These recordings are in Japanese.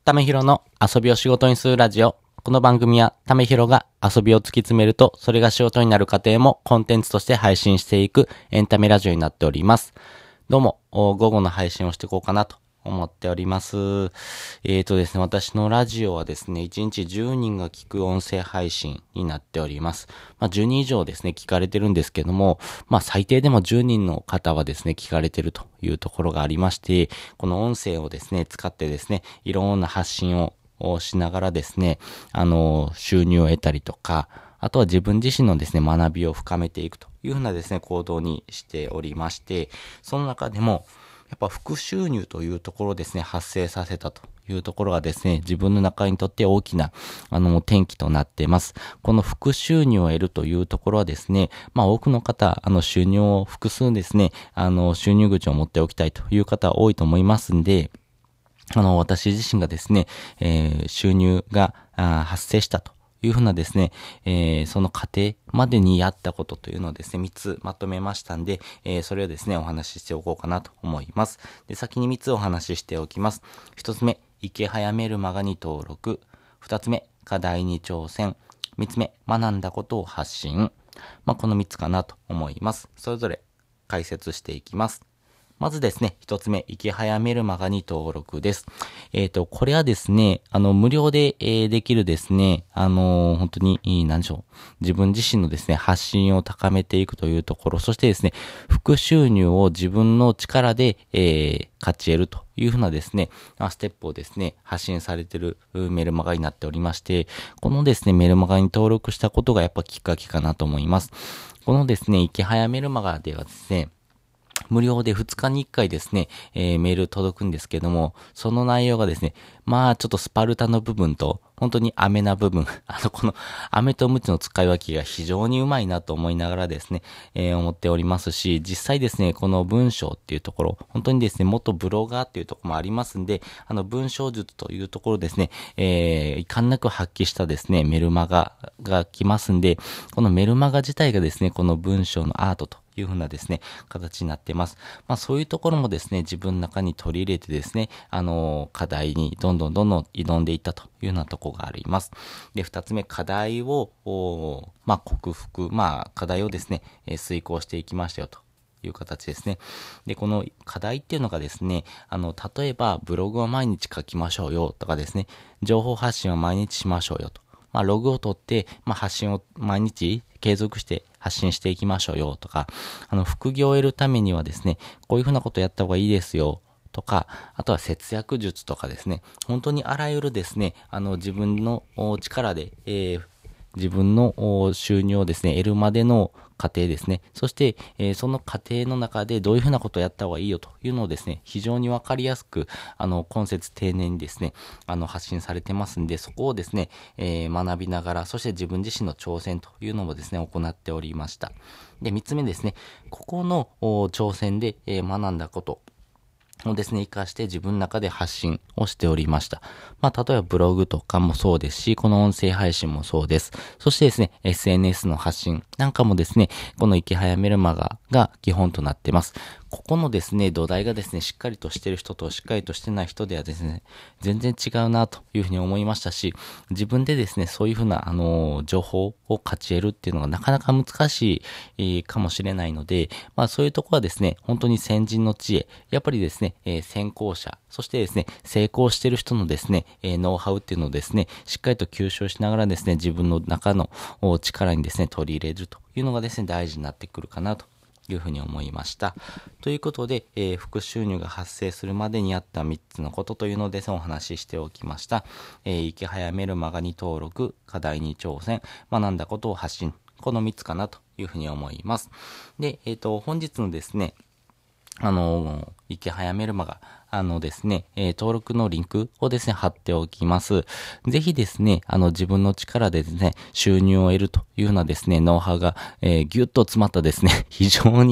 ためひろの遊びを仕事にするラジオ。この番組はためひろが遊びを突き詰めるとそれが仕事になる過程もコンテンツとして配信していくエンタメラジオになっております。どうも、午後の配信をしていこうかなと思っております。ですね、私のラジオはですね、1日10人が聞く音声配信になっております。10人以上ですね、聞かれてるんですけども、最低でも10人の方はですね、聞かれてるというところがありまして、この音声をですね、使ってですね、いろんな発信をしながらですね、収入を得たりとか、あとは自分自身のですね、学びを深めていくというふうなですね、行動にしておりまして、その中でも、やっぱ副収入というところをですね、発生させたというところがですね、自分の中にとって大きな、転機となっています。この副収入を得るというところはですね、多くの方、収入を複数ですね、収入口を持っておきたいという方多いと思いますんで、私自身がですね、収入が発生したというふうなですね、その過程までにやったことというのをですね、3つまとめましたんで、それをですね、お話ししておこうかなと思います。で、先に3つお話ししておきます。1つ目、池早メルマガに登録。2つ目、課題に挑戦。3つ目、学んだことを発信。この3つかなと思います。それぞれ解説していきます。まずですね、一つ目、池早メルマガに登録です。これはですね、無料で、できるですね、本当に、何でしょう。自分自身のですね、発信を高めていくというところ、そしてですね、副収入を自分の力で、勝ち得るというふうなですね、ステップをですね、発信されているメルマガになっておりまして、このですね、メルマガに登録したことがやっぱきっかけかなと思います。このですね、池早メルマガではですね、無料で2日に1回ですね、メール届くんですけども、その内容がですね、ちょっとスパルタの部分と、本当に飴な部分、この飴とムチの使い分けが非常にうまいなと思いながらですね、思っておりますし、実際ですね、この文章っていうところ、本当にですね、元ブロガーっていうところもありますんで、文章術というところですね、遺憾なく発揮したですね、メルマガが来ますんで、このメルマガ自体がですね、この文章のアートというふうなですね、形になっています。そういうところもですね、自分の中に取り入れてですね、課題にどんどん挑んでいったというようなところがあります。で、二つ目、課題を、克服、課題をですね、遂行していきましたよという形ですね。で、この課題っていうのがですね、例えば、ブログを毎日書きましょうよとかですね、情報発信を毎日しましょうよと。ログを取って、発信を毎日継続して発信していきましょうよとか、副業を得るためにはですね、こういうふうなことやった方がいいですよとか、あとは節約術とかですね、本当にあらゆるですね、自分の力で、自分の収入をですね、得るまでの過程ですね。そして、その過程の中でどういうふうなことをやった方がいいよというのをですね、非常にわかりやすく、今節丁寧にですね、発信されてますんで、そこをですね、学びながら、そして自分自身の挑戦というのもですね、行っておりました。で、三つ目ですね、ここの挑戦で、学んだことをですね、活かして自分の中で発信をしておりました。例えばブログとかもそうですし、この音声配信もそうです。そしてですね、SNS の発信なんかもですね、この池早メルマガが基本となっています。ここのですね、土台がですね、しっかりとしてる人としっかりとしてない人ではですね、全然違うなというふうに思いましたし、自分でですね、そういうふうな、情報を勝ち得るっていうのがなかなか難しい、かもしれないので、そういうところはですね、本当に先人の知恵、やっぱりですね、先行者、そしてですね、成功してる人のですね、ノウハウっていうのをですね、しっかりと吸収しながらですね、自分の中の力にですね、取り入れるというのがですね、大事になってくるかなというふうに思いました。ということで、副収入が発生するまでにあった3つのことというのをですね、お話ししておきました。池早メルマガに登録、課題に挑戦、学んだことを発信。この3つかなというふうに思います。で、本日のですね、池早メルマガ、ですね、登録のリンクをですね、貼っておきます。ぜひですね、自分の力でですね、収入を得るというようなですね、ノウハウが、ぎゅっと詰まったですね、非常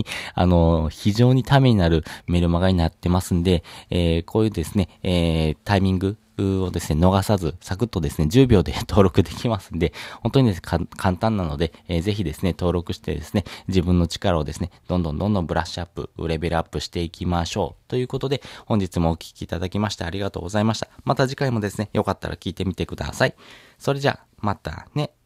にためになるメルマガになってますんで、こういうですね、タイミングをですね、逃さず、サクッとですね、10秒で登録できますんで、本当にですね、簡単なので、ぜひですね、登録してですね、自分の力をですね、どんどんブラッシュアップ、レベルアップしていきましょう。ということで、本日もお聞きいただきましてありがとうございました。また次回もですね、よかったら聞いてみてください。それじゃあ、またね。